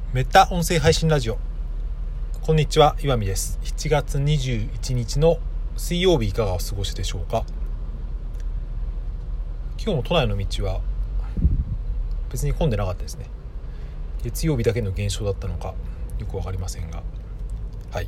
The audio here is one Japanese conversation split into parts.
メタ音声配信ラジオ。こんにちは、岩見です。7月21日の水曜日、いかがお過ごしでしょうか。今日の都内の道は別に混んでなかったですね。月曜日だけの現象だったのかよくわかりませんが、はい、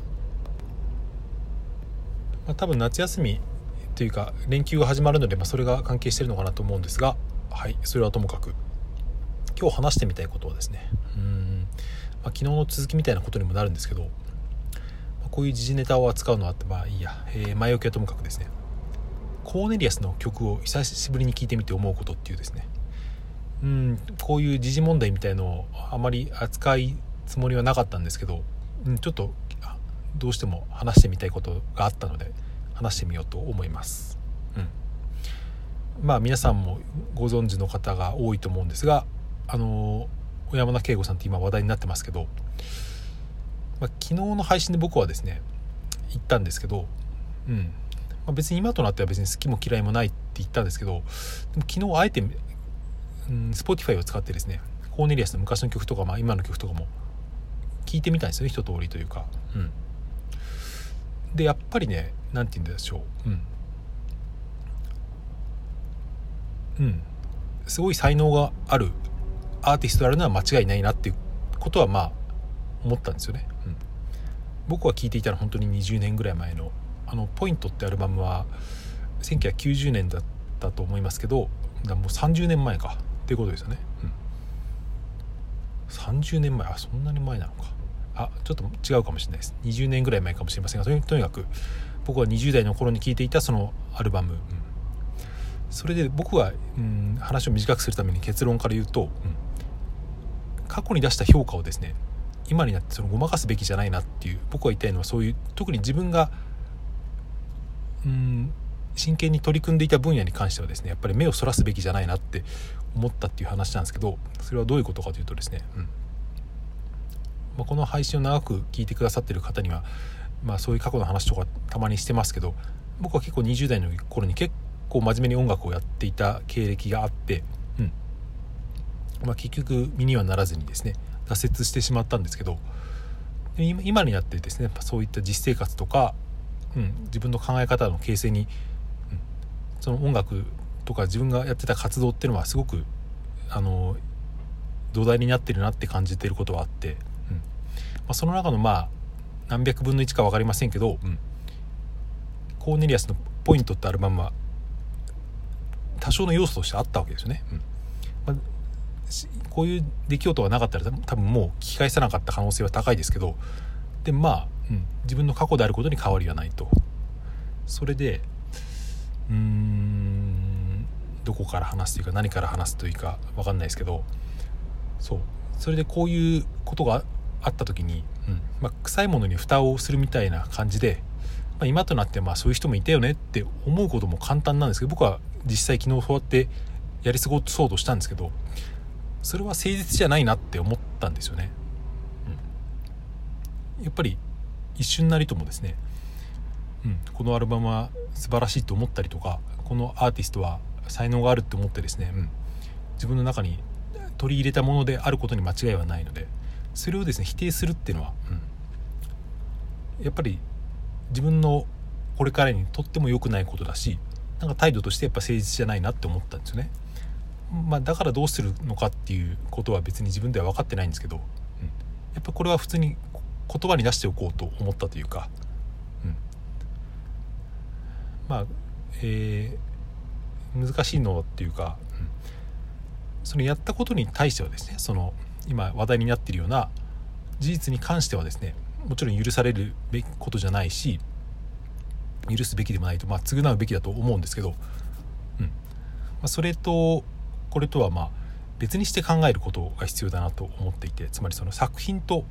多分夏休みというか連休が始まるので、それが関係しているのかなと思うんですが、はい、それはともかく今日話してみたいことはですね、昨日の続きみたいなことにもなるんですけど、こういう時事ネタを扱うのはいいや、前置きはともかくですね、コーネリアスの曲を久しぶりに聴いてみて思うことっていうですね、こういう時事問題みたいのをあまり扱いつもりはなかったんですけど、ちょっとどうしても話してみたいことがあったので話してみようと思います。皆さんもご存知の方が多いと思うんですが、小山田圭吾さんって今話題になってますけど、昨日の配信で僕はですね言ったんですけど、別に今となっては別に好きも嫌いもないって言ったんですけど、でも昨日あえて、Spotify を使ってですね、コーネリアスの昔の曲とか、今の曲とかも聞いてみたんですよね、一通りというか、でやっぱりね、なんて言うんでしょう、すごい才能があるアーティストであるのは間違いないなっていうことは思ったんですよね。僕は聴いていたのは本当に20年ぐらい前のポイントってアルバムは1990年だったと思いますけど、もう30年前かっていうことですよね。30年前、そんなに前なのか、ちょっと違うかもしれないです。20年ぐらい前かもしれませんが、とにかく僕は20代の頃に聴いていたそのアルバム、それで僕は、話を短くするために結論から言うと、過去に出した評価をですね、今になってごまかすべきじゃないなっていう、僕は言いたいのはそういう、特に自分が真剣に取り組んでいた分野に関してはですね、やっぱり目をそらすべきじゃないなって思ったっていう話なんですけど、それはどういうことかというとですね、この配信を長く聞いてくださっている方には、そういう過去の話とかたまにしてますけど、僕は結構20代の頃に結構真面目に音楽をやっていた経歴があって、結局身にはならずにですね挫折してしまったんですけど、今になってですね、そういった実生活とか、自分の考え方の形成に、その音楽とか自分がやってた活動っていうのはすごく土台になってるなって感じていることはあって、その中の何百分の1か分かりませんけど、コーネリアスのポイントってアルバムは多少の要素としてあったわけですよね。こういう出来事がなかったら多分もう聞き返さなかった可能性は高いですけど、で自分の過去であることに変わりはないと。それでどこから話すというか何から話すというか分かんないですけど、それでこういうことがあった時に、臭いものに蓋をするみたいな感じで、今となってそういう人もいたよねって思うことも簡単なんですけど、僕は実際昨日そうやってやり過ごそうとしたんですけど、それは誠実じゃないなって思ったんですよね。やっぱり一瞬なりともですね、このアルバムは素晴らしいと思ったりとか、このアーティストは才能があるって思ってですね、自分の中に取り入れたものであることに間違いはないので、それをですね否定するっていうのは、やっぱり自分のこれからにとっても良くないことだし、態度としてやっぱ誠実じゃないなって思ったんですよね。だからどうするのかっていうことは別に自分では分かってないんですけど、やっぱこれは普通に言葉に出しておこうと思ったというか、難しいのっていうか、そのやったことに対してはですね、その今話題になっているような事実に関してはですね、もちろん許されるべきことじゃないし、許すべきでもないと、償うべきだと思うんですけど、それとこれとは別にして考えることが必要だなと思っていて、つまりその作品と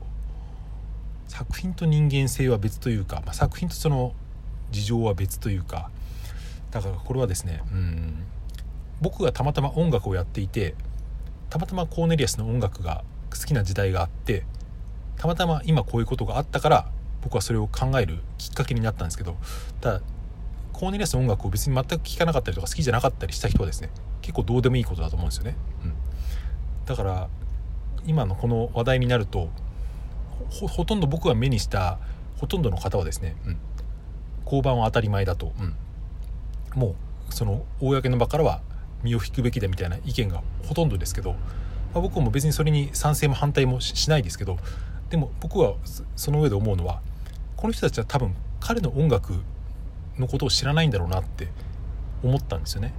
人間性は別というか、作品とその事情は別というか、だからこれはですね、僕がたまたま音楽をやっていて、たまたまコーネリアスの音楽が好きな時代があって、たまたま今こういうことがあったから僕はそれを考えるきっかけになったんですけど、ただコーネリアスの音楽を別に全く聴かなかったりとか好きじゃなかったりした人はですね、結構どうでもいいことだと思うんですよね。だから今のこの話題になるとほとんど僕が目にしたほとんどの方はですね、降板は当たり前だと、もうその公の場からは身を引くべきだみたいな意見がほとんどですけど、僕も別にそれに賛成も反対も しないですけど、でも僕はその上で思うのは、この人たちは多分彼の音楽のことを知らないんだろうなって思ったんですよね、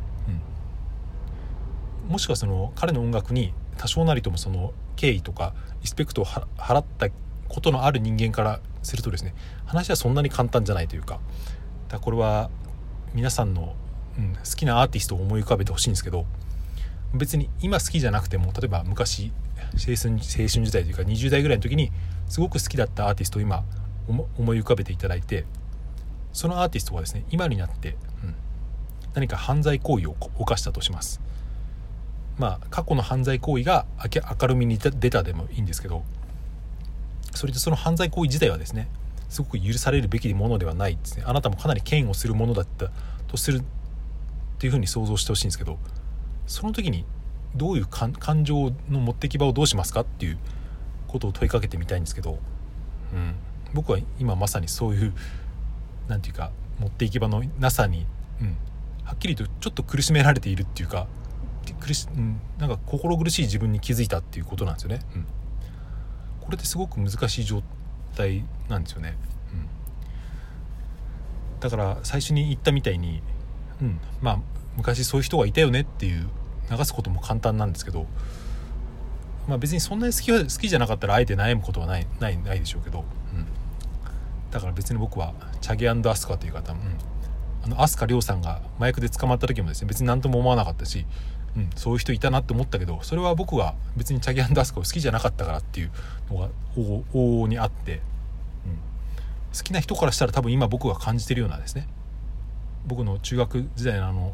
もしくはその彼の音楽に多少なりともその敬意とかリスペクトを払ったことのある人間からするとですね、話はそんなに簡単じゃないというか、だからこれは皆さんの、好きなアーティストを思い浮かべてほしいんですけど、別に今好きじゃなくても、例えば昔青春時代というか20代ぐらいの時にすごく好きだったアーティストを今思い浮かべていただいて、そのアーティストがですね今になって、何か犯罪行為を犯したとします。過去の犯罪行為が明るみに出たでもいいんですけど、それでその犯罪行為自体はですねすごく許されるべきものではないですね。あなたもかなり嫌悪するものだったとするっていうふうに想像してほしいんですけど、その時にどういう感情の持ってき場をどうしますかっていうことを問いかけてみたいんですけど、僕は今まさにそういうなんていうか持っていき場のなさに、はっきりとちょっと苦しめられているっていうか、なんか心苦しい自分に気づいたっていうことなんですよね、これってすごく難しい状態なんですよね、だから最初に言ったみたいに、昔そういう人がいたよねっていう流すことも簡単なんですけど、別にそんなに好きじゃなかったらあえて悩むことはないでしょうけど、だから別に僕はチャゲ&アスカという方、飛鳥涼さんが麻薬で捕まった時もですね別に何とも思わなかったし、そういう人いたなって思ったけど、それは僕は別にチャゲ&アスカを好きじゃなかったからっていうのが往々にあって、好きな人からしたら多分今僕が感じてるようなですね、僕の中学時代の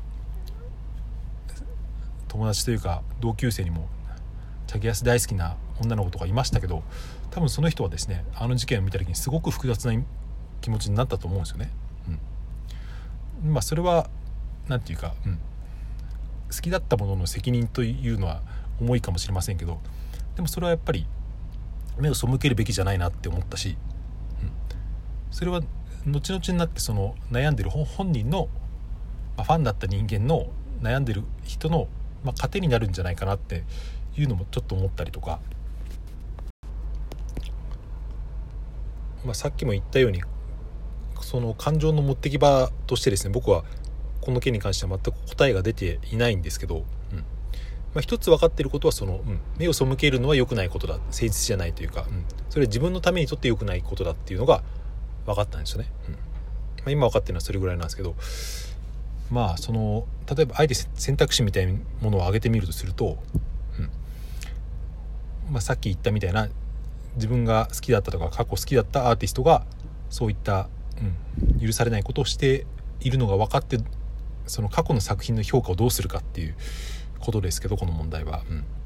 友達というか同級生にもチャゲアス大好きな女の子とかいましたけど、多分その人はですねあの事件を見た時にすごく複雑な気持ちになったと思うんですよね、それはなんていうか、好きだったものの責任というのは重いかもしれませんけど、でもそれはやっぱり目を背けるべきじゃないなって思ったし、それは後々になってその悩んでる本人の、ファンだった人間の悩んでる人の、糧になるんじゃないかなっていうのもちょっと思ったりとか、さっきも言ったようにその感情の持ってき場としてですね、僕はこの件に関しては全く答えが出ていないんですけど、一つ分かっていることはその、目を背けるのは良くないことだ、誠実じゃないというか、それは自分のためにとって良くないことだっていうのが分かったんですよね、今分かっているのはそれぐらいなんですけど、その例えばあえて選択肢みたいなものを挙げてみるとすると、さっき言ったみたいな自分が好きだったとか過去好きだったアーティストがそういった、許されないことをしているのが分かって、その過去の作品の評価をどうするかっていうことですけど、この問題は、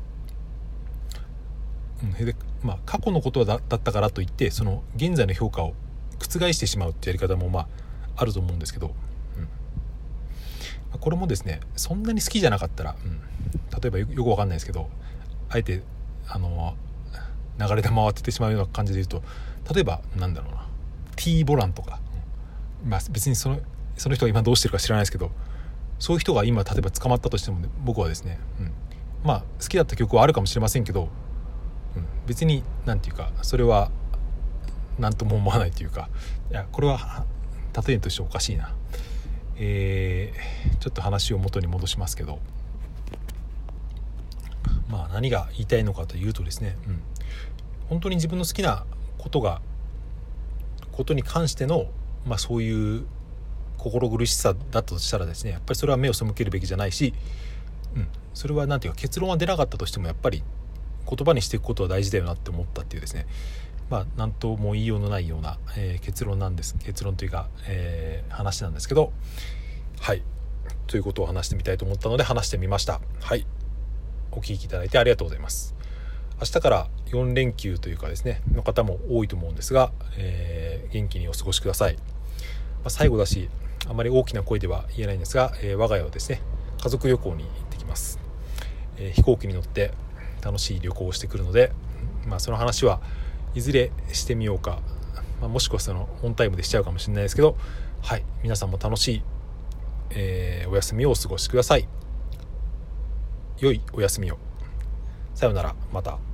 で過去のことだったからといってその現在の評価を覆してしまうってやり方もあると思うんですけど、これもですねそんなに好きじゃなかったら、例えばよく分かんないですけど、あえて流れ弾を当ててしまうような感じで言うと、例えばなんだろうな T ボランとか、別にその人が今どうしてるか知らないですけど、そういう人が今例えば捕まったとしても、僕はですね、好きだった曲はあるかもしれませんけど、別になんていうかそれは何とも思わないというか、いやこれは例えとしておかしいな、ちょっと話を元に戻しますけど、何が言いたいのかというとですね、本当に自分の好きなことに関しての、そういう心苦しさだったとしたらですね、やっぱりそれは目を背けるべきじゃないし、それはなんていうか結論は出なかったとしてもやっぱり言葉にしていくことは大事だよなって思ったっていうですね、何とも言いようのないような、結論というか、話なんですけど、ということを話してみたいと思ったので話してみました。お聞きいただいてありがとうございます。明日から4連休というかですねの方も多いと思うんですが、元気にお過ごしください。最後だしあまり大きな声では言えないんですが、我が家はですね家族旅行に行ってきます。飛行機に乗って楽しい旅行をしてくるので、その話はいずれしてみようか、もしくはそのオンタイムでしちゃうかもしれないですけど、はい、皆さんも楽しい、お休みをお過ごしください。良いお休みを。さようなら、また。